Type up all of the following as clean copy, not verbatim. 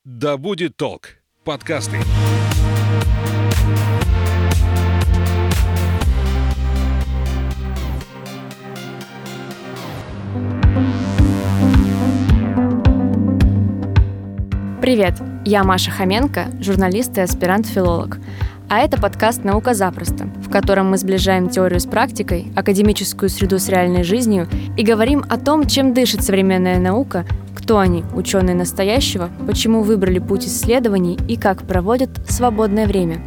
Да будет толк. Подкасты. Привет, я Маша Хоменко, журналист и аспирант-филолог. А это подкаст «Наука запросто», в котором мы сближаем теорию с практикой, академическую среду с реальной жизнью и говорим о том, чем дышит современная наука, кто они, ученые настоящего, почему выбрали путь исследований и как проводят свободное время.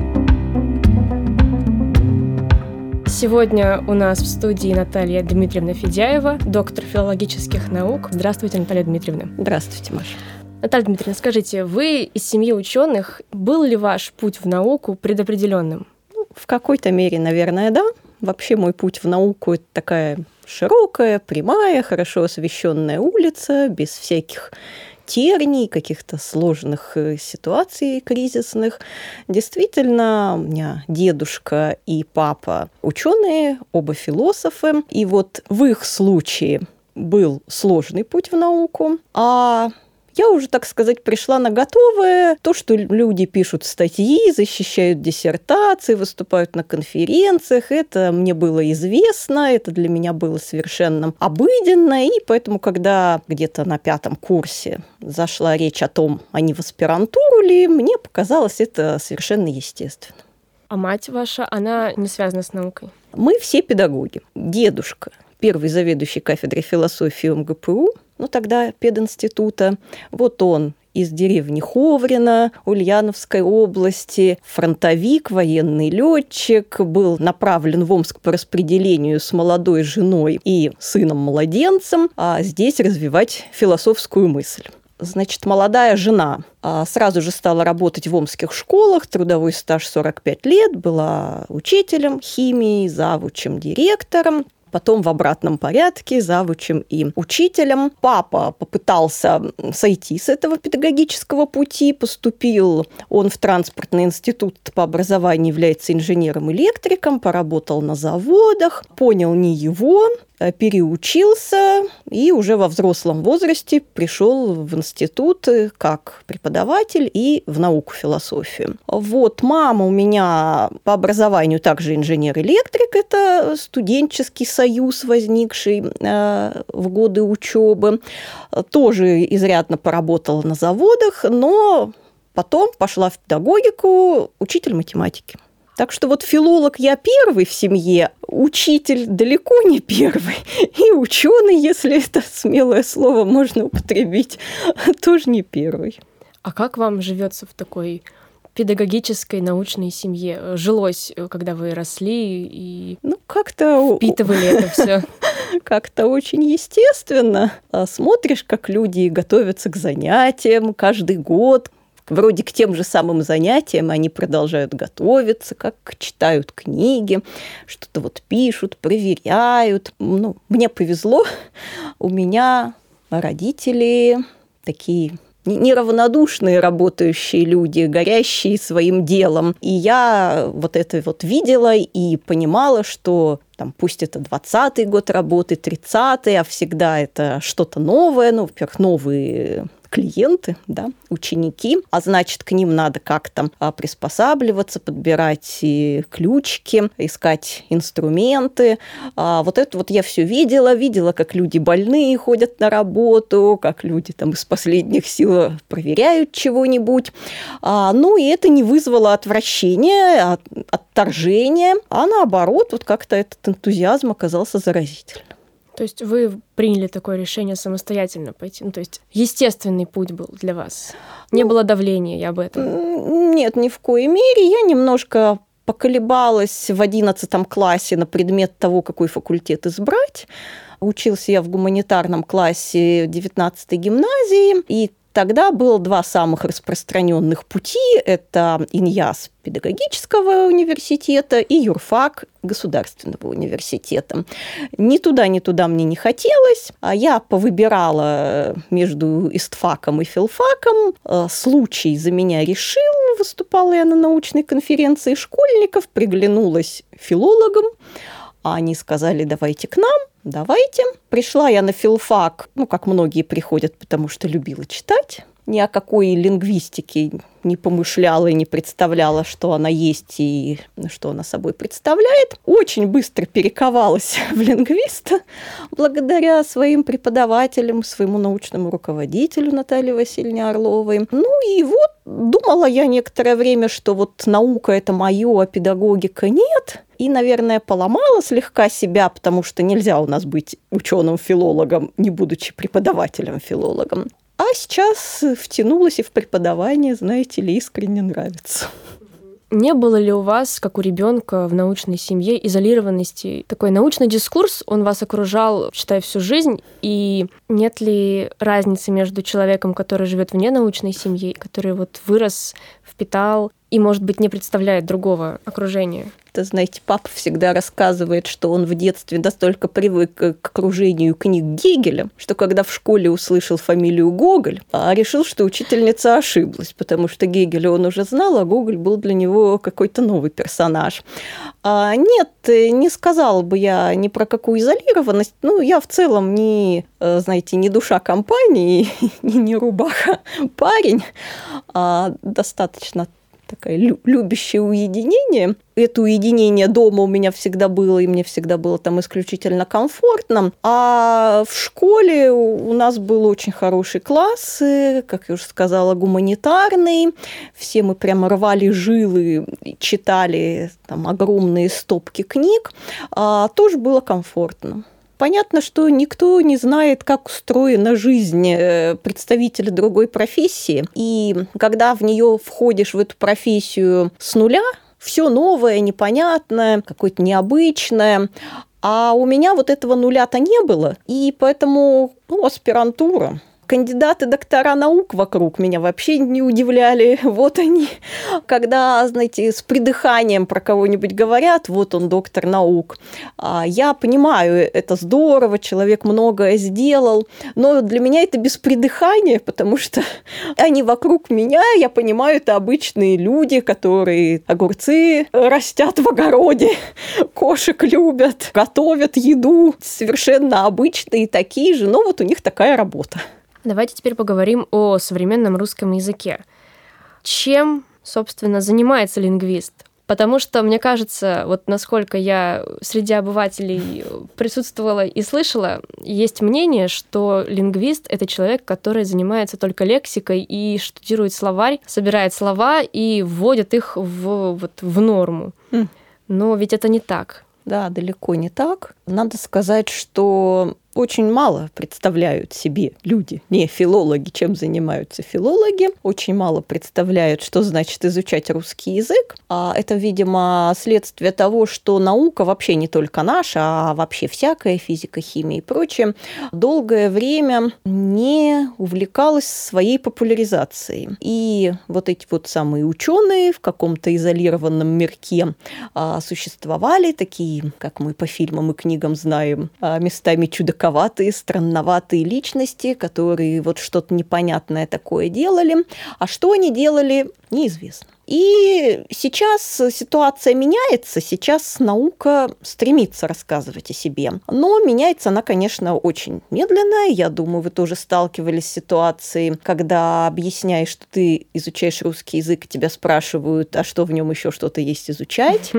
Сегодня у нас в студии Наталья Дмитриевна Федяева, доктор филологических наук. Здравствуйте, Наталья Дмитриевна. Здравствуйте, Маша. Наталья Дмитриевна, скажите, вы из семьи ученых. Был ли ваш путь в науку предопределенным? В какой-то мере, наверное, да. Вообще мой путь в науку – это такая широкая, прямая, хорошо освещенная улица, без всяких терний, каких-то сложных ситуаций кризисных. Действительно, у меня дедушка и папа ученые, оба философы. И вот в их случае был сложный путь в науку, а я уже, так сказать, пришла на готовое. То, что люди пишут статьи, защищают диссертации, выступают на конференциях, это мне было известно, это для меня было совершенно обыденно. И поэтому, когда где-то на 5-м курсе зашла речь о том, а не в аспирантуру ли, мне показалось это совершенно естественно. А мать ваша, она не связана с наукой? Мы все педагоги. Дедушка, первый заведующий кафедрой философии МГПУ, тогда пединститута. Вот он из деревни Ховрино, Ульяновской области, фронтовик, военный летчик, был направлен в Омск по распределению с молодой женой и сыном-младенцем, а здесь развивать философскую мысль. Значит, молодая жена сразу же стала работать в омских школах, трудовой стаж 45 лет, была учителем химии, завучем, директором. Потом в обратном порядке завучем и учителем. Папа попытался сойти с этого педагогического пути, поступил он в транспортный институт, по образованию является инженером-электриком, поработал на заводах, понял не его, переучился и уже во взрослом возрасте пришел в институт как преподаватель и в науку философию. Вот мама у меня по образованию также инженер-электрик, это студенческий союз, возникший в годы учебы, тоже изрядно поработала на заводах, но потом пошла в педагогику, учитель математики. Так что вот филолог я первый в семье, учитель далеко не первый, и ученый, если это смелое слово можно употребить, тоже не первый. А как вам живется в такой педагогической научной семье? Жилось, когда вы росли и как-то впитывали это все? Как-то очень естественно. Смотришь, как люди готовятся к занятиям каждый год. Вроде к тем же самым занятиям они продолжают готовиться, как читают книги, что-то вот пишут, проверяют. Мне повезло, у меня родители такие неравнодушные работающие люди, горящие своим делом. И я вот это вот видела и понимала, что пусть это 20-й год работы, 30-й, а всегда это что-то новое, во-первых, новые клиенты, ученики, а значит, к ним надо как-то приспосабливаться, подбирать ключики, искать инструменты. Вот это вот я все видела, как люди больные ходят на работу, как люди из последних сил проверяют чего-нибудь. И это не вызвало отвращения, отторжения, а наоборот, вот как-то этот энтузиазм оказался заразительным. То есть вы приняли такое решение самостоятельно пойти? То есть естественный путь был для вас? Не было давления, я об этом? Нет, ни в коей мере. Я немножко поколебалась в 11 классе на предмет того, какой факультет избрать. Учился я в гуманитарном классе 19-й гимназии, и тогда было 2 самых распространенных пути. Это ИНЯС педагогического университета и юрфак государственного университета. Ни туда мне не хотелось. Я повыбирала между истфаком и филфаком. Случай за меня решил. Выступала я на научной конференции школьников, приглянулась филологам. Они сказали: давайте к нам. Давайте. Пришла я на филфак, как многие приходят, потому что любила читать. ни о какой лингвистике не помышляла и не представляла, что она есть и что она собой представляет. Очень быстро перековалась в лингвиста благодаря своим преподавателям, своему научному руководителю Наталье Васильевне Орловой. Ну и вот думала я некоторое время, что вот наука – это моё, а педагогика – нет. И, наверное, поломала слегка себя, потому что нельзя у нас быть ученым-филологом, не будучи преподавателем-филологом. А сейчас втянулась и в преподавание, знаете ли, искренне нравится. Не было ли у вас, как у ребенка в научной семье, изолированности? Такой научный дискурс, он вас окружал, считай, всю жизнь, и нет ли разницы между человеком, который живет вне научной семьи, который вот вырос, впитал и, может быть, не представляет другого окружения? Знаете, папа всегда рассказывает, что он в детстве настолько привык к окружению книг Гегеля, что когда в школе услышал фамилию Гоголь, решил, что учительница ошиблась, потому что Гегеля он уже знал, а Гоголь был для него какой-то новый персонаж. Нет, не сказала бы я ни про какую изолированность. Ну, я в целом не, знаете, не душа компании, не рубаха парень, а достаточно такая любящее уединение. Это уединение дома у меня всегда было, и мне всегда было там исключительно комфортно. А в школе у нас был очень хороший класс, как я уже сказала, гуманитарный. Все мы прямо рвали жилы, читали там огромные стопки книг. Тоже было комфортно. Понятно, что никто не знает, как устроена жизнь представителя другой профессии. И когда в нее входишь, в эту профессию с нуля, все новое, непонятное, какое-то необычное. А у меня вот этого нуля-то не было. И поэтому аспирантура. Кандидаты, доктора наук вокруг меня вообще не удивляли. Вот они, когда, знаете, с придыханием про кого-нибудь говорят, вот он, доктор наук. Я понимаю, это здорово, человек многое сделал, но для меня это без придыхания, потому что они вокруг меня, я понимаю, это обычные люди, которые огурцы растят в огороде, кошек любят, готовят еду, совершенно обычные такие же, но вот у них такая работа. Давайте теперь поговорим о современном русском языке. Чем, собственно, занимается лингвист? Потому что, мне кажется, вот насколько я среди обывателей присутствовала и слышала, есть мнение, что лингвист — это человек, который занимается только лексикой и штудирует словарь, собирает слова и вводит их в норму. Но ведь это не так. Да, далеко не так. Надо сказать, что очень мало представляют себе люди, не филологи, чем занимаются филологи, очень мало представляют, что значит изучать русский язык. А это, видимо, следствие того, что наука вообще не только наша, а вообще всякая, физика, химия и прочее, долгое время не увлекалась своей популяризацией. И вот эти вот самые ученые в каком-то изолированном мирке существовали, такие, как мы по фильмам и книгам знаем, местами чудаковатые, странноватые личности, которые вот что-то непонятное такое делали. А что они делали, неизвестно. И сейчас ситуация меняется, сейчас наука стремится рассказывать о себе. Но меняется она, конечно, очень медленно. Я думаю, вы тоже сталкивались с ситуацией, когда объясняешь, что ты изучаешь русский язык, тебя спрашивают, а что в нем еще что-то есть изучать,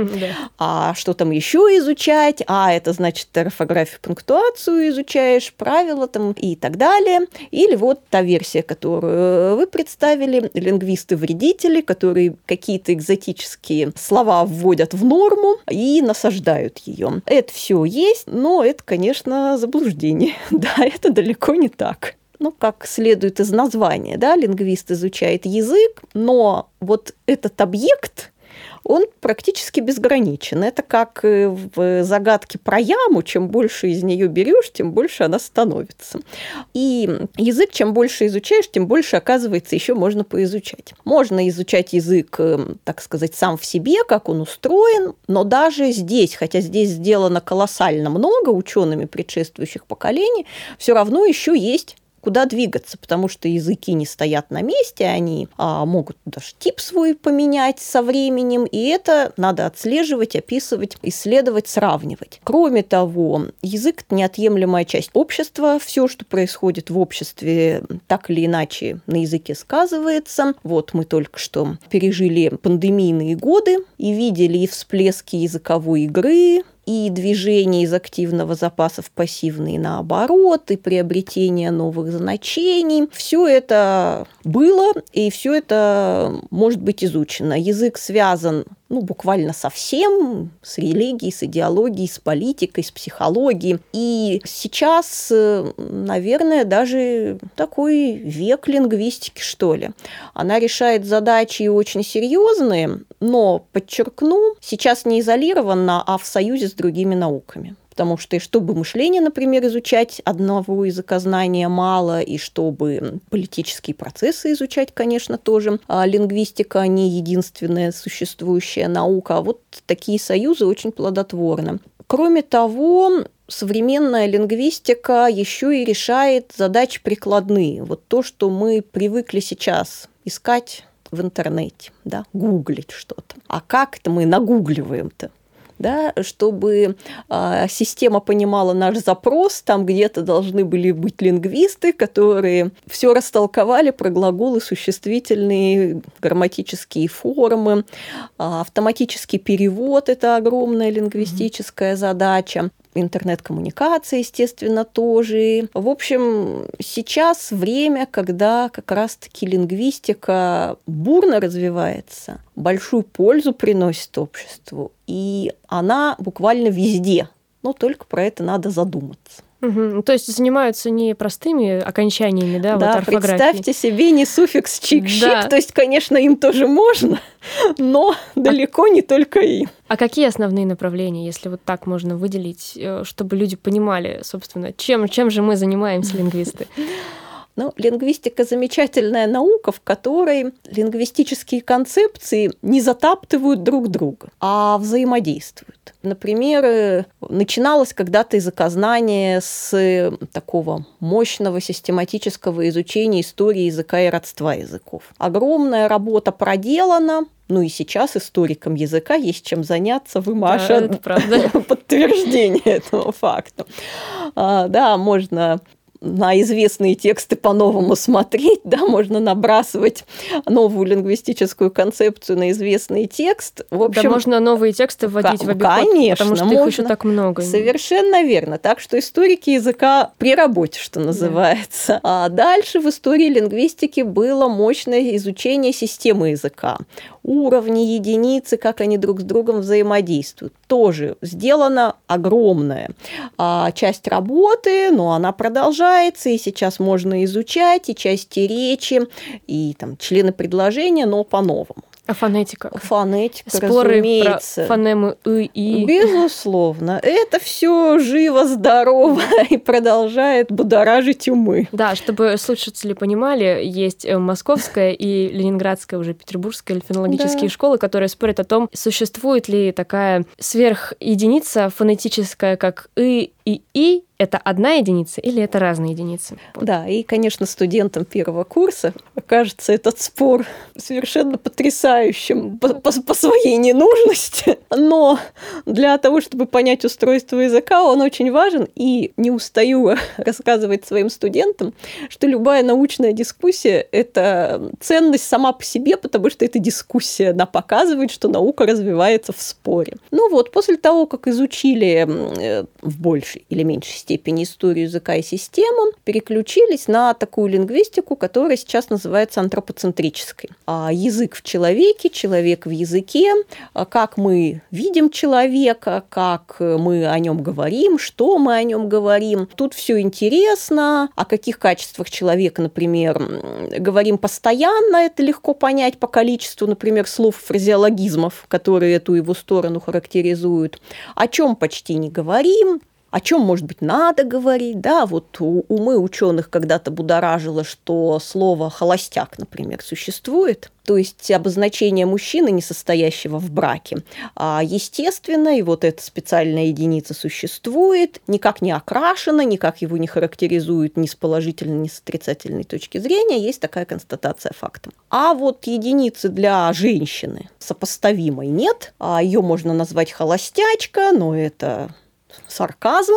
а что там еще изучать, это значит орфографию, пунктуацию изучаешь, правила там и так далее. Или вот та версия, которую вы представили, лингвисты-вредители, которые какие-то экзотические слова вводят в норму и насаждают ее. Это все есть, но это, конечно, заблуждение. Да, это далеко не так. Как следует из названия, да, лингвист изучает язык, но вот этот объект, он практически безграничен. Это как в загадке про яму. Чем больше из нее берешь, тем больше она становится. И язык, чем больше изучаешь, тем больше, оказывается, еще можно поизучать. Можно изучать язык, так сказать, сам в себе, как он устроен, но даже здесь, хотя здесь сделано колоссально много учеными предшествующих поколений, все равно еще есть куда двигаться, потому что языки не стоят на месте, они могут даже тип свой поменять со временем, и это надо отслеживать, описывать, исследовать, сравнивать. Кроме того, язык – неотъемлемая часть общества. Все, что происходит в обществе, так или иначе на языке сказывается. Вот мы только что пережили пандемийные годы и видели и всплески языковой игры, и движение из активного запаса в пассивный наоборот, и приобретение новых значений. Все это было, и все это может быть изучено. Язык связан буквально со всем, с религией, с идеологией, с политикой, с психологией. И сейчас, наверное, даже такой век лингвистики, что ли. Она решает задачи очень серьезные, но, подчеркну, сейчас не изолированно, а в союзе с другими науками. Потому что и чтобы мышление, например, изучать, одного языкознания мало, и чтобы политические процессы изучать, конечно, тоже. А лингвистика не единственная существующая наука, а вот такие союзы очень плодотворны. Кроме того, современная лингвистика еще и решает задачи прикладные. Вот то, что мы привыкли сейчас искать в интернете, да, гуглить что-то. А как это мы нагугливаем-то? Да, чтобы система понимала наш запрос, там где-то должны были быть лингвисты, которые все растолковали про глаголы, существительные, грамматические формы. Автоматический перевод – это огромная лингвистическая задача. Интернет-коммуникация, естественно, тоже. В общем, сейчас время, когда как раз-таки лингвистика бурно развивается, большую пользу приносит обществу, и она буквально везде. Но только про это надо задуматься. Угу. То есть занимаются не простыми окончаниями, да, вот орфографией. Представьте себе не суффикс чик-щик, да. То есть, конечно, им тоже можно, но далеко не только им. А какие основные направления, если вот так можно выделить, чтобы люди понимали, собственно, чем же мы занимаемся, лингвисты? Лингвистика – замечательная наука, в которой лингвистические концепции не затаптывают друг друга, а взаимодействуют. Например, начиналось когда-то языкознание с такого мощного систематического изучения истории языка и родства языков. Огромная работа проделана. И сейчас историкам языка есть чем заняться. Вы, Маша, подтверждение этому факту. Да, можно на известные тексты по-новому смотреть, да, можно набрасывать новую лингвистическую концепцию на известный текст. В общем, да, можно новые тексты вводить в обиход, конечно, потому что их еще так много. Совершенно верно. Так что историки языка при работе, что называется. Да. А дальше в истории лингвистики было мощное изучение системы языка. Уровни, единицы, как они друг с другом взаимодействуют. Тоже сделана огромная часть работы, но она продолжается, и сейчас можно изучать и части речи, и члены предложения, но по-новому. А фонетика? Фонетика, споры разумеется. Про фонемы «ы» и... Безусловно. Это все живо, здорово и продолжает будоражить умы. Да, чтобы слушатели понимали, есть московская и ленинградская, уже петербургская фонологические школы, которые спорят о том, существует ли такая сверхединица фонетическая, как «ы» и «и», это одна единица или это разные единицы? Да, и, конечно, студентам первого курса кажется этот спор совершенно потрясающим по своей ненужности, но для того, чтобы понять устройство языка, он очень важен, и не устаю рассказывать своим студентам, что любая научная дискуссия – это ценность сама по себе, потому что это дискуссия, она показывает, что наука развивается в споре. После того, как изучили в большей или меньшей степени историю языка и систему, переключились на такую лингвистику, которая сейчас называется антропоцентрической. Язык в человеке, человек в языке, как мы видим человека, как мы о нем говорим, что мы о нем говорим. Тут все интересно. О каких качествах человека, например, говорим постоянно, это легко понять по количеству, например, слов, фразеологизмов, которые эту его сторону характеризуют. О чем почти не говорим. о чем, может быть, надо говорить, да, вот умы ученых когда-то будоражило, что слово «холостяк», например, существует, то есть обозначение мужчины, не состоящего в браке, естественно, и вот эта специальная единица существует, никак не окрашена, никак его не характеризует ни с положительной, ни с отрицательной точки зрения, есть такая констатация факта. А вот единицы для женщины сопоставимой нет, ее можно назвать холостячка, но это сарказм,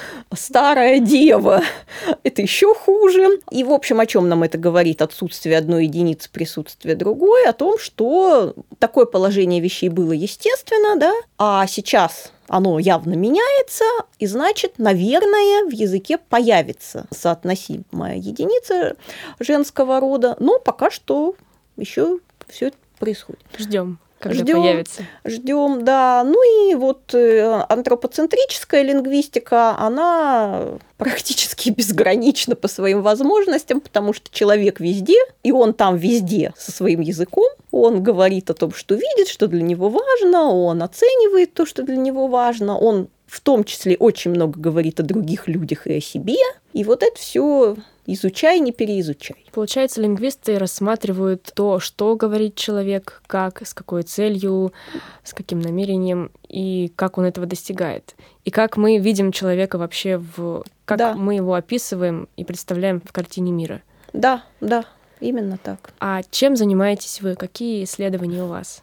старая дева – это еще хуже. И, в общем, о чем нам это говорит? Отсутствие одной единицы, присутствие другой, о том, что такое положение вещей было естественно, да, а сейчас оно явно меняется, и значит, наверное, в языке появится соотносимая единица женского рода, но пока что еще все это происходит. Ждем. Когда появится. Ждем, да. Ну и вот антропоцентрическая лингвистика, она практически безгранична по своим возможностям, потому что человек везде, и он там везде со своим языком, он говорит о том, что видит, что для него важно, он оценивает то, что для него важно, он в том числе очень много говорит о других людях и о себе, и вот это все изучай, не переизучай. Получается, лингвисты рассматривают то, что говорит человек, как, с какой целью, с каким намерением и как он этого достигает. И как мы видим человека вообще, как мы его описываем и представляем в картине мира. Да, именно так. А чем занимаетесь вы? Какие исследования у вас?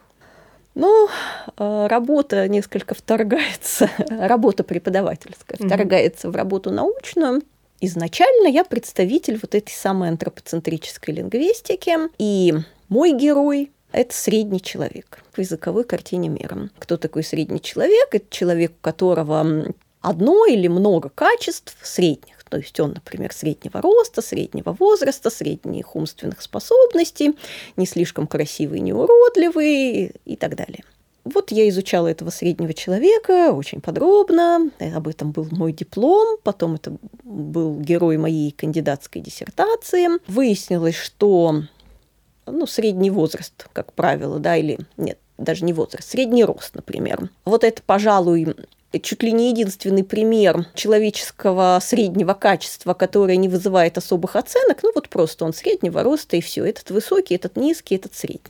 Ну, работа несколько вторгается, работа преподавательская вторгается в работу научную. Изначально я представитель вот этой самой антропоцентрической лингвистики, и мой герой – это средний человек в языковой картине мира. Кто такой средний человек? Это человек, у которого одно или много качеств средних. То есть он, например, среднего роста, среднего возраста, средних умственных способностей, не слишком красивый, не уродливый и так далее. Вот я изучала этого среднего человека очень подробно, об этом был мой диплом, потом это был герой моей кандидатской диссертации. Выяснилось, что средний возраст, как правило, да, или нет, даже не возраст, средний рост, например. Вот это, пожалуй, чуть ли не единственный пример человеческого среднего качества, которое не вызывает особых оценок, вот просто он среднего роста и все, этот высокий, этот низкий, этот средний.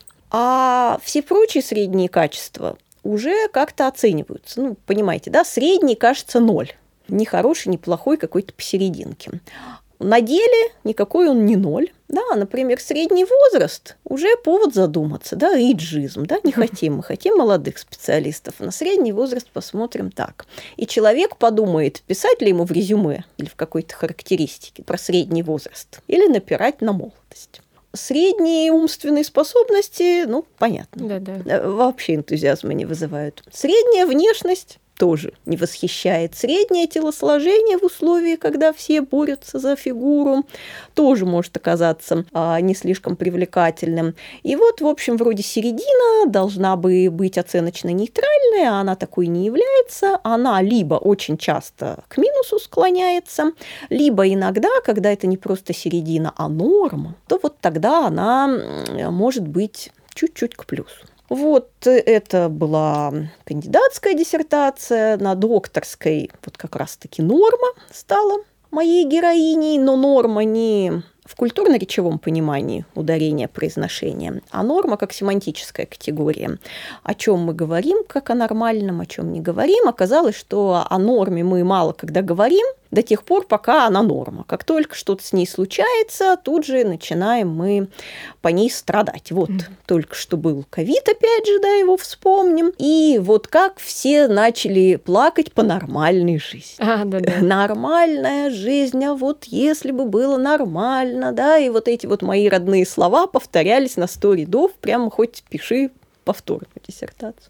А все прочие средние качества уже как-то оцениваются. Понимаете, да, средний кажется 0. Ни хороший, ни плохой, какой-то посерединке. На деле никакой он не 0. Да, например, средний возраст уже повод задуматься, да, эйджизм, да, не хотим, мы хотим молодых специалистов, на средний возраст посмотрим так. И человек подумает, писать ли ему в резюме или в какой-то характеристике про средний возраст, или напирать на молодость. Средние умственные способности, понятно. Да. Вообще энтузиазма не вызывают. Средняя внешность тоже не восхищает. Среднее телосложение в условии, когда все борются за фигуру, тоже может оказаться не слишком привлекательным. И вот, в общем, вроде середина должна бы быть оценочно нейтральной, а она такой не является. Она либо очень часто к минусу склоняется, либо иногда, когда это не просто середина, а норма, то вот тогда она может быть чуть-чуть к плюсу. Вот это была кандидатская диссертация, на докторской вот как раз-таки норма стала моей героиней, но норма не в культурно-речевом понимании ударения произношения, а норма как семантическая категория. О чем мы говорим, как о нормальном, о чем не говорим. Оказалось, что о норме мы мало когда говорим, до тех пор, пока она норма. Как только что-то с ней случается, тут же начинаем мы по ней страдать. Вот только что был ковид, опять же, да, его вспомним. И вот как все начали плакать по нормальной жизни. Да. Нормальная жизнь, а вот если бы было нормально, да, и вот эти вот мои родные слова повторялись на 100 рядов, прямо хоть пиши повторную диссертацию.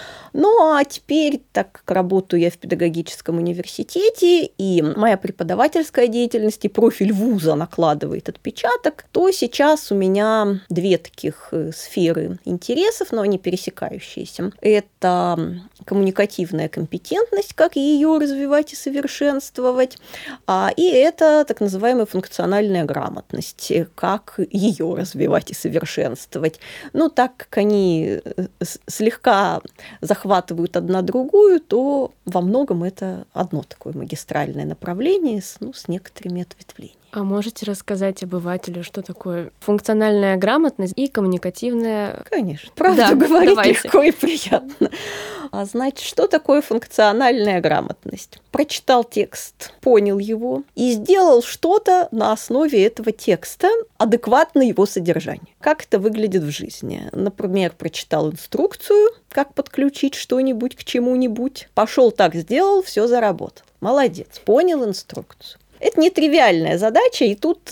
Ну, а теперь, так как работаю я в педагогическом университете, и моя преподавательская деятельность и профиль вуза накладывает отпечаток, то сейчас у меня 2 таких сферы интересов, но они пересекающиеся. Это коммуникативная компетентность, как ее развивать и совершенствовать, и это так называемая функциональная грамотность, как ее развивать и совершенствовать. Так как они слегка захватывают одна другую, то во многом это одно такое магистральное направление с некоторыми ответвлениями. А можете рассказать обывателю, что такое функциональная грамотность и коммуникативная? Конечно. Правду говорить давайте. Легко и приятно. Значит, что такое функциональная грамотность? Прочитал текст, понял его и сделал что-то на основе этого текста, адекватно его содержанию. Как это выглядит в жизни? Например, прочитал инструкцию, как подключить что-нибудь к чему-нибудь. Пошел так, сделал, все заработал. Молодец, понял инструкцию. Это нетривиальная задача, и тут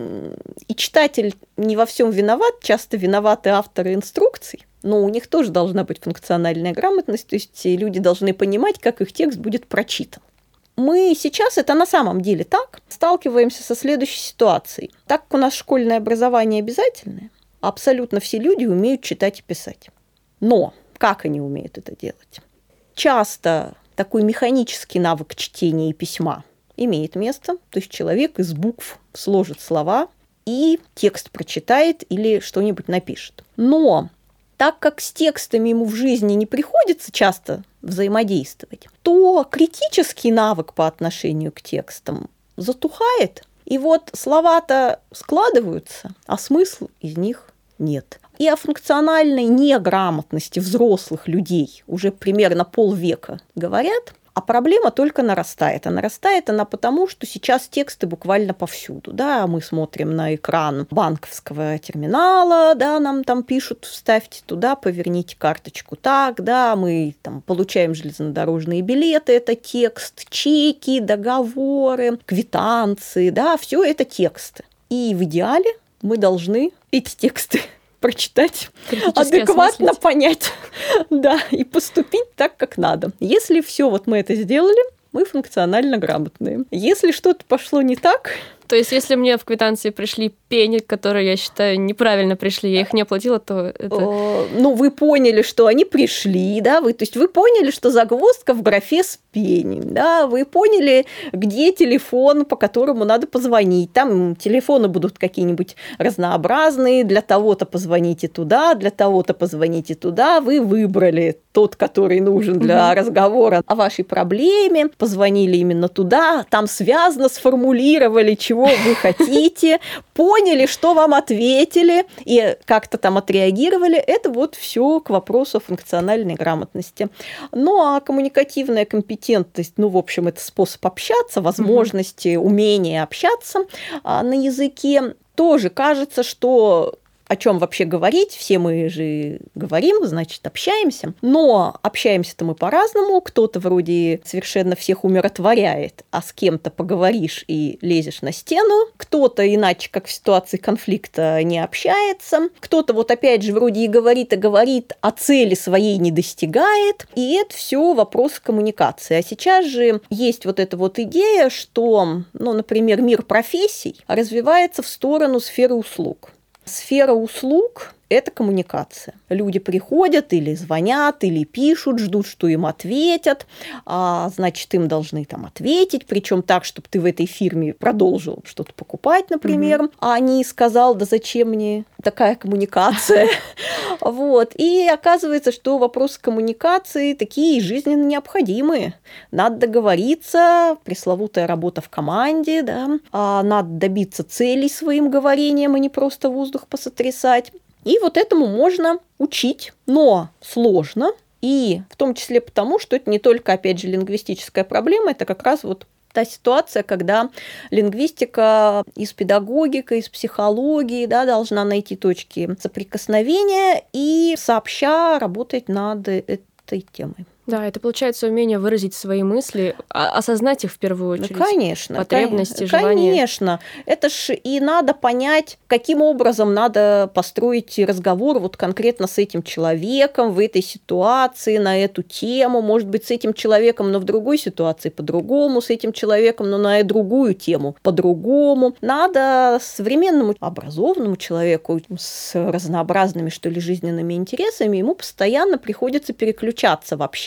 и читатель не во всем виноват, часто виноваты авторы инструкций, но у них тоже должна быть функциональная грамотность, то есть люди должны понимать, как их текст будет прочитан. Мы сейчас, это на самом деле так, сталкиваемся со следующей ситуацией. Так как у нас школьное образование обязательное, абсолютно все люди умеют читать и писать. Но как они умеют это делать? Часто такой механический навык чтения и письма имеет место, то есть человек из букв сложит слова и текст прочитает или что-нибудь напишет. Но так как с текстами ему в жизни не приходится часто взаимодействовать, то критический навык по отношению к текстам затухает, и вот слова-то складываются, а смысл из них нет. И о функциональной неграмотности взрослых людей уже примерно полвека говорят, а проблема только нарастает. А нарастает она потому, что сейчас тексты буквально повсюду. Да, мы смотрим на экран банковского терминала, да, нам там пишут, вставьте туда, поверните карточку так, да, мы там получаем железнодорожные билеты, это текст, чеки, договоры, квитанции, да, все это тексты. И в идеале мы должны эти тексты прочитать, адекватно понять, да, и поступить так, как надо. Если все вот мы это сделали, мы функционально грамотные. Если что-то пошло не так... То есть, если мне в квитанции пришли пени, которые, я считаю, неправильно пришли, я их не оплатила, то это... Ну, вы поняли, что они пришли, да, то есть вы поняли, что загвоздка в графе с пеней, да, вы поняли, где телефон, по которому надо позвонить. Там телефоны будут какие-нибудь разнообразные, для того-то позвоните туда, для того-то позвоните туда. Вы выбрали тот, который нужен для разговора о вашей проблеме, позвонили именно туда, там связано, сформулировали, чего вы хотите, поняли, что вам ответили и как-то там отреагировали. Это вот все к вопросу о функциональной грамотности. Ну, а коммуникативная компетентность, ну, в общем, это способ общаться, возможности, умение общаться на языке. Тоже кажется, что о чем вообще говорить, все мы же говорим, значит, общаемся. Но общаемся-то мы по-разному. Кто-то вроде совершенно всех умиротворяет, а с кем-то поговоришь и лезешь на стену. Кто-то иначе, как в ситуации конфликта, не общается. Кто-то вот опять же вроде и говорит, а цели своей не достигает. И это все вопрос коммуникации. А сейчас же есть вот эта вот идея, что, ну, например, мир профессий развивается в сторону сферы услуг. Сфера услуг – это коммуникация. Люди приходят или звонят, или пишут, ждут, что им ответят, значит, им должны там ответить, причем так, чтобы ты в этой фирме продолжил что-то покупать, например, а не сказал, да зачем мне такая коммуникация. Вот. И оказывается, что вопросы коммуникации такие жизненно необходимые. Надо договориться, пресловутая работа в команде, да, надо добиться целей своим говорением, а не просто воздух посотрясать. И вот этому можно учить, но сложно, и в том числе потому, что это не только, опять же, лингвистическая проблема, это как раз вот та ситуация, когда лингвистика и с педагогикой, и с психологией, да, должна найти точки соприкосновения и сообща работать над этой темой. Да, это получается умение выразить свои мысли, осознать их в первую очередь. Ну, конечно. Потребности, желания. Конечно. Это ж и надо понять, каким образом надо построить разговор вот конкретно с этим человеком в этой ситуации, на эту тему. Может быть, с этим человеком, но в другой ситуации по-другому, с этим человеком, но на другую тему по-другому. Надо современному образованному человеку с разнообразными, что ли, жизненными интересами, ему постоянно приходится переключаться в общении,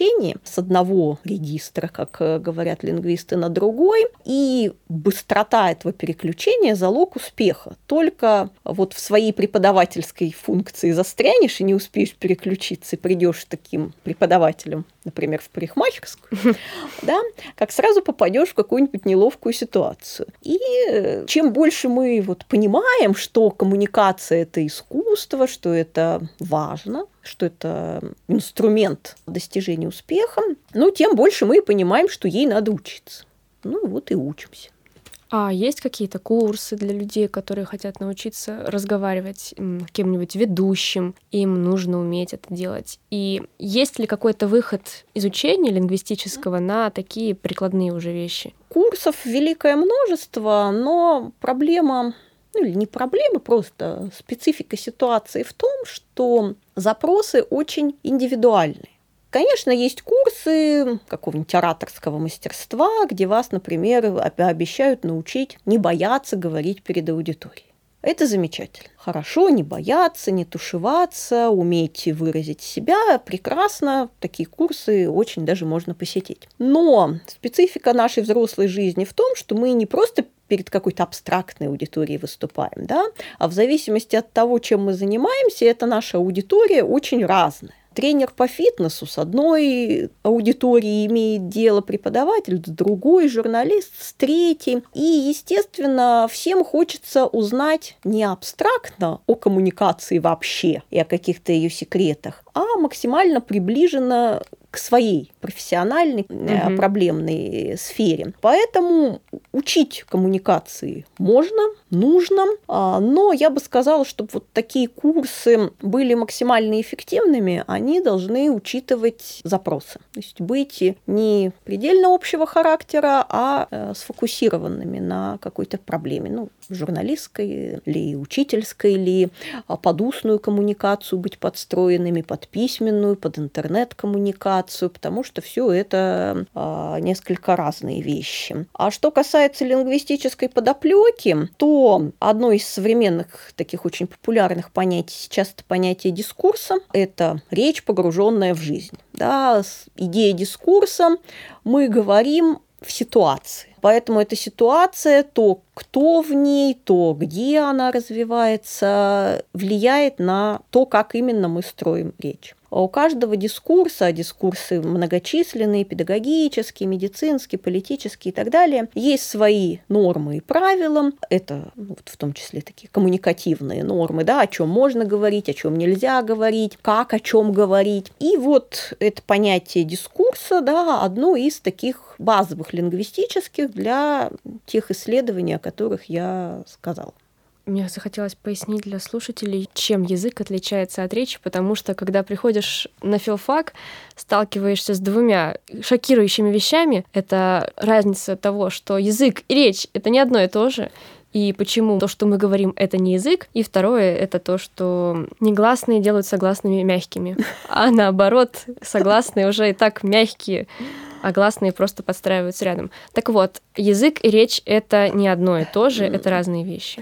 переключение с одного регистра, как говорят лингвисты, на другой, и быстрота этого переключения – залог успеха. Только вот в своей преподавательской функции застрянешь и не успеешь переключиться, и придешь таким преподавателем, например, в парикмахерскую, да, как сразу попадешь в какую-нибудь неловкую ситуацию. И чем больше мы вот понимаем, что коммуникация – это искусство, что это важно, что это инструмент достижения успеха, тем больше мы понимаем, что ей надо учиться. Вот и учимся. А есть какие-то курсы для людей, которые хотят научиться разговаривать с кем-нибудь ведущим? Им нужно уметь это делать. И есть ли какой-то выход изучения лингвистического на такие прикладные уже вещи? Курсов великое множество, но проблема, или не проблема, просто специфика ситуации в том, что запросы очень индивидуальные. Конечно, есть курсы какого-нибудь ораторского мастерства, где вас, например, обещают научить не бояться говорить перед аудиторией. Это замечательно. Хорошо, не бояться, не тушеваться, уметь выразить себя. Прекрасно. Такие курсы очень даже можно посетить. Но специфика нашей взрослой жизни в том, что мы не просто перед какой-то абстрактной аудиторией выступаем, да, а в зависимости от того, чем мы занимаемся, эта наша аудитория очень разная. Тренер по фитнесу с одной аудиторией имеет дело, преподаватель с другой, журналист с третьей. И, естественно, всем хочется узнать не абстрактно о коммуникации вообще и о каких-то ее секретах, а максимально приближенно к своей профессиональной проблемной сфере. Поэтому учить коммуникации можно, нужно, но я бы сказала, чтобы вот такие курсы были максимально эффективными, они должны учитывать запросы. То есть быть не предельно общего характера, а сфокусированными на какой-то проблеме. Журналистской ли, учительской ли, под устную коммуникацию быть подстроенными, под письменную, под интернет-коммуникацию, потому что все это несколько разные вещи. А что касается лингвистической подоплеки, то одно из современных таких очень популярных понятий сейчас это понятие дискурса. Это речь, погруженная в жизнь. Да, идея дискурса, мы говорим в ситуации. Поэтому эта ситуация, то, кто в ней, то, где она развивается, влияет на то, как именно мы строим речь. У каждого дискурса, а дискурсы многочисленные, педагогические, медицинские, политические и так далее, есть свои нормы и правила. Это в том числе такие коммуникативные нормы, да, о чем можно говорить, о чем нельзя говорить, как о чем говорить. И вот это понятие дискурса, да, одно из таких базовых лингвистических для тех исследований, о которых я сказала. Мне захотелось пояснить для слушателей, чем язык отличается от речи, потому что, когда приходишь на филфак, сталкиваешься с двумя шокирующими вещами. Это разница того, что язык и речь — это не одно и то же, и почему то, что мы говорим, это не язык. И второе — это то, что негласные делают согласными мягкими, а наоборот, согласные уже и так мягкие, а гласные просто подстраиваются рядом. Так вот, язык и речь — это не одно и то же, это разные вещи.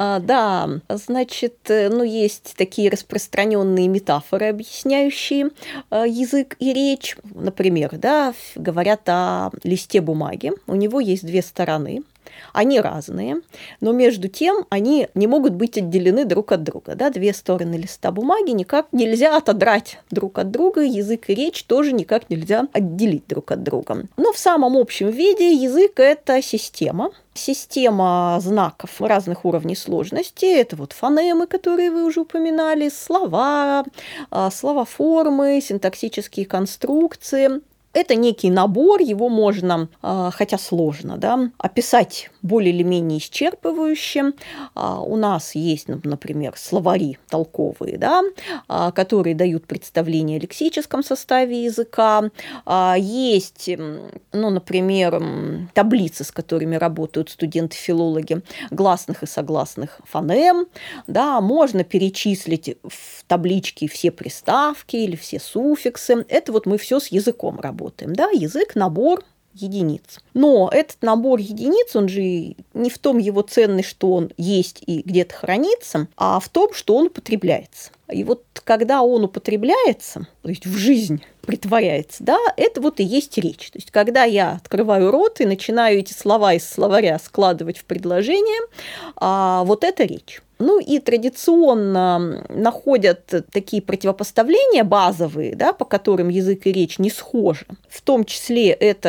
Да, значит, есть такие распространенные метафоры, объясняющие язык и речь. Например, да, говорят о листе бумаги. У него есть две стороны. Они разные, но между тем они не могут быть отделены друг от друга. Да? Две стороны листа бумаги никак нельзя отодрать друг от друга, язык и речь тоже никак нельзя отделить друг от друга. Но в самом общем виде язык – это система знаков разных уровней сложности. Это вот фонемы, которые вы уже упоминали, слова, словоформы, синтаксические конструкции. Это некий набор, его можно, хотя сложно, да, описать более или менее исчерпывающе. У нас есть, например, словари толковые, да, которые дают представление о лексическом составе языка. Есть, например, таблицы, с которыми работают студенты-филологи, гласных и согласных фонем. Да, можно перечислить в табличке все приставки или все суффиксы. Это вот мы все с языком работаем. Да, язык – набор единиц. Но этот набор единиц, он же не в том его ценность, что он есть и где-то хранится, а в том, что он употребляется. И вот когда он употребляется, то есть в жизнь притворяется, да, это вот и есть речь. То есть когда я открываю рот и начинаю эти слова из словаря складывать в предложение, вот это речь. Ну и традиционно находят такие противопоставления базовые, да, по которым язык и речь не схожи. В том числе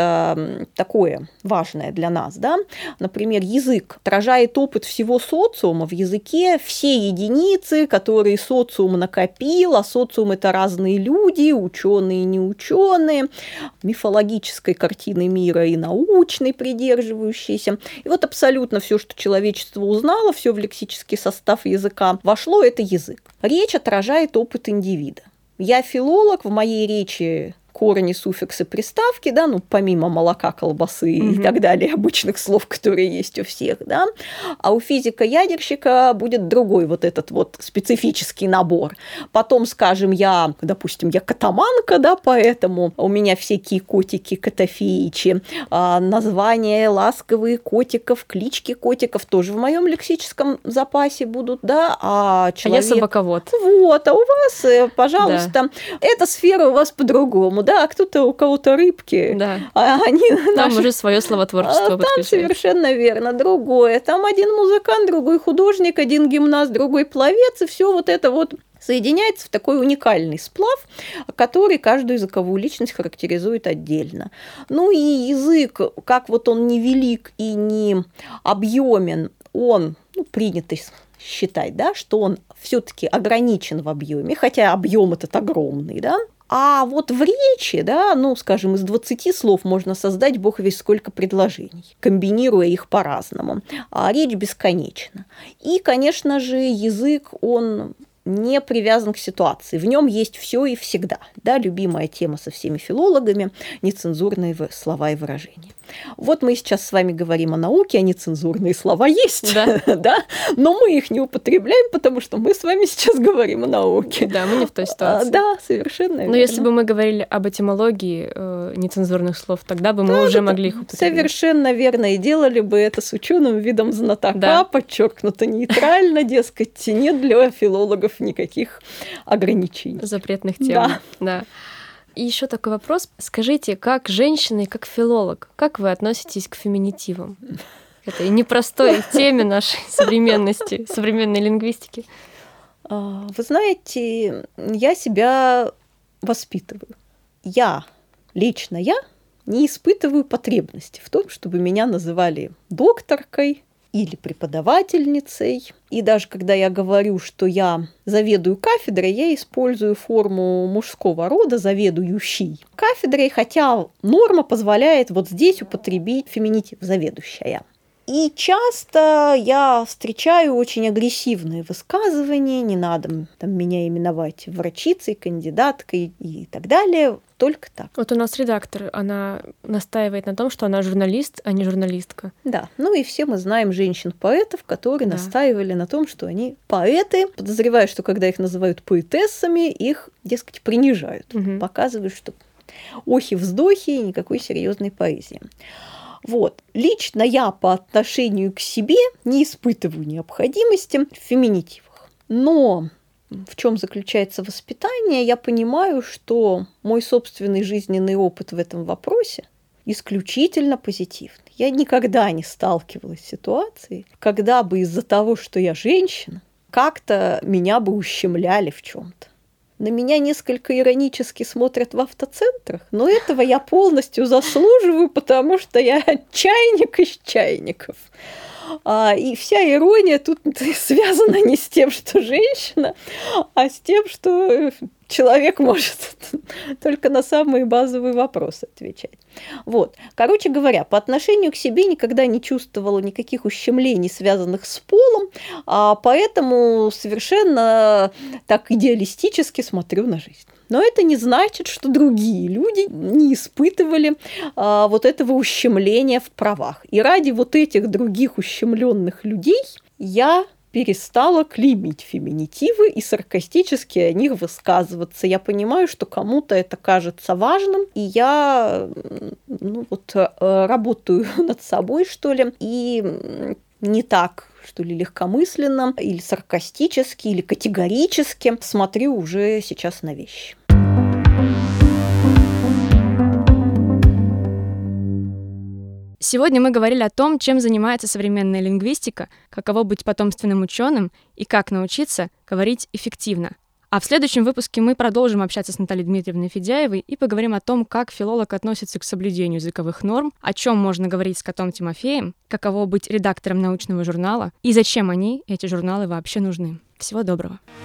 это такое важное для нас. Да? Например, язык отражает опыт всего социума. В языке все единицы, которые социум накопил, а социум – это разные люди, ученые и неученые, мифологической картины мира и научной придерживающиеся. И вот абсолютно все, что человечество узнало, все в лексический состав языка вошло, это язык. Речь отражает опыт индивида. Я филолог, в моей речи корни, суффиксы, приставки, да, ну, помимо молока, колбасы и так далее, обычных слов, которые есть у всех, да, а у физика-ядерщика будет другой вот этот вот специфический набор. Потом, скажем, допустим, я катаманка, да, поэтому у меня всякие котики, котофеичи, названия ласковые котиков, клички котиков тоже в моем лексическом запасе будут, да, а человек... А я собаковод. Вот, а у вас, пожалуйста, да. Эта сфера у вас по-другому, да, а кто-то, у кого-то рыбки, да. Они там уже свое словотворчество подключают. Там совершенно верно, другое. Там один музыкант, другой художник, один гимнаст, другой пловец, и все вот это вот соединяется в такой уникальный сплав, который каждую языковую личность характеризует отдельно. Ну и язык, как вот он не велик и не объемен, он, принято считать, да, что он все-таки ограничен в объеме, хотя объем этот огромный, да. А вот в речи, да, скажем, из 20 слов можно создать бог весть сколько предложений, комбинируя их по-разному. А речь бесконечна. И, конечно же, язык, он не привязан к ситуации. В нем есть все и всегда. Да, любимая тема со всеми филологами – нецензурные слова и выражения. Вот мы сейчас с вами говорим о науке, а нецензурные слова есть, да? Но мы их не употребляем, потому что мы с вами сейчас говорим о науке. Да, мы не в той ситуации. Да, совершенно верно. Но если бы мы говорили об этимологии нецензурных слов, тогда бы мы уже могли их употреблять. Совершенно верно, и делали бы это с ученым видом знатока, подчеркнуто нейтрально, дескать, нет для филологов никаких ограничений. Запретных тем. Да. И еще такой вопрос. Скажите, как женщина и как филолог, как вы относитесь к феминитивам? Это непростой теме нашей современности, современной лингвистики. Вы знаете, я себя воспитываю. Лично я не испытываю потребности в том, чтобы меня называли докторкой или преподавательницей. И даже когда я говорю, что я заведую кафедрой, я использую форму мужского рода «заведующий» кафедрой, хотя норма позволяет вот здесь употребить феминитив «заведующая». И часто я встречаю очень агрессивные высказывания, не надо меня именовать врачицей, кандидаткой и так далее, только так. Вот у нас редактор, она настаивает на том, что она журналист, а не журналистка. Да, и все мы знаем женщин-поэтов, которые настаивали на том, что они поэты. Подозреваю, что когда их называют поэтессами, их, дескать, принижают, показывают, что охи-вздохи и никакой серьезной поэзии. Вот. Лично я по отношению к себе не испытываю необходимости в феминитивах. Но в чем заключается воспитание, я понимаю, что мой собственный жизненный опыт в этом вопросе исключительно позитивный. Я никогда не сталкивалась с ситуацией, когда бы из-за того, что я женщина, как-то меня бы ущемляли в чем-то. На меня несколько иронически смотрят в автоцентрах, но этого я полностью заслуживаю, потому что я чайник из чайников. И вся ирония тут связана не с тем, что женщина, а с тем, что человек может только на самые базовые вопросы отвечать. Вот. Короче говоря, по отношению к себе никогда не чувствовала никаких ущемлений, связанных с полом, поэтому совершенно так идеалистически смотрю на жизнь. Но это не значит, что другие люди не испытывали вот этого ущемления в правах. И ради вот этих других ущемленных людей я перестала клеймить феминитивы и саркастически о них высказываться. Я понимаю, что кому-то это кажется важным, и я работаю над собой, что ли, и не так, что ли, легкомысленно, или саркастически, или категорически смотрю уже сейчас на вещи. Сегодня мы говорили о том, чем занимается современная лингвистика, каково быть потомственным ученым и как научиться говорить эффективно. А в следующем выпуске мы продолжим общаться с Натальей Дмитриевной Федяевой и поговорим о том, как филолог относится к соблюдению языковых норм, о чем можно говорить с котом Тимофеем, каково быть редактором научного журнала и зачем они, эти журналы, вообще нужны. Всего доброго.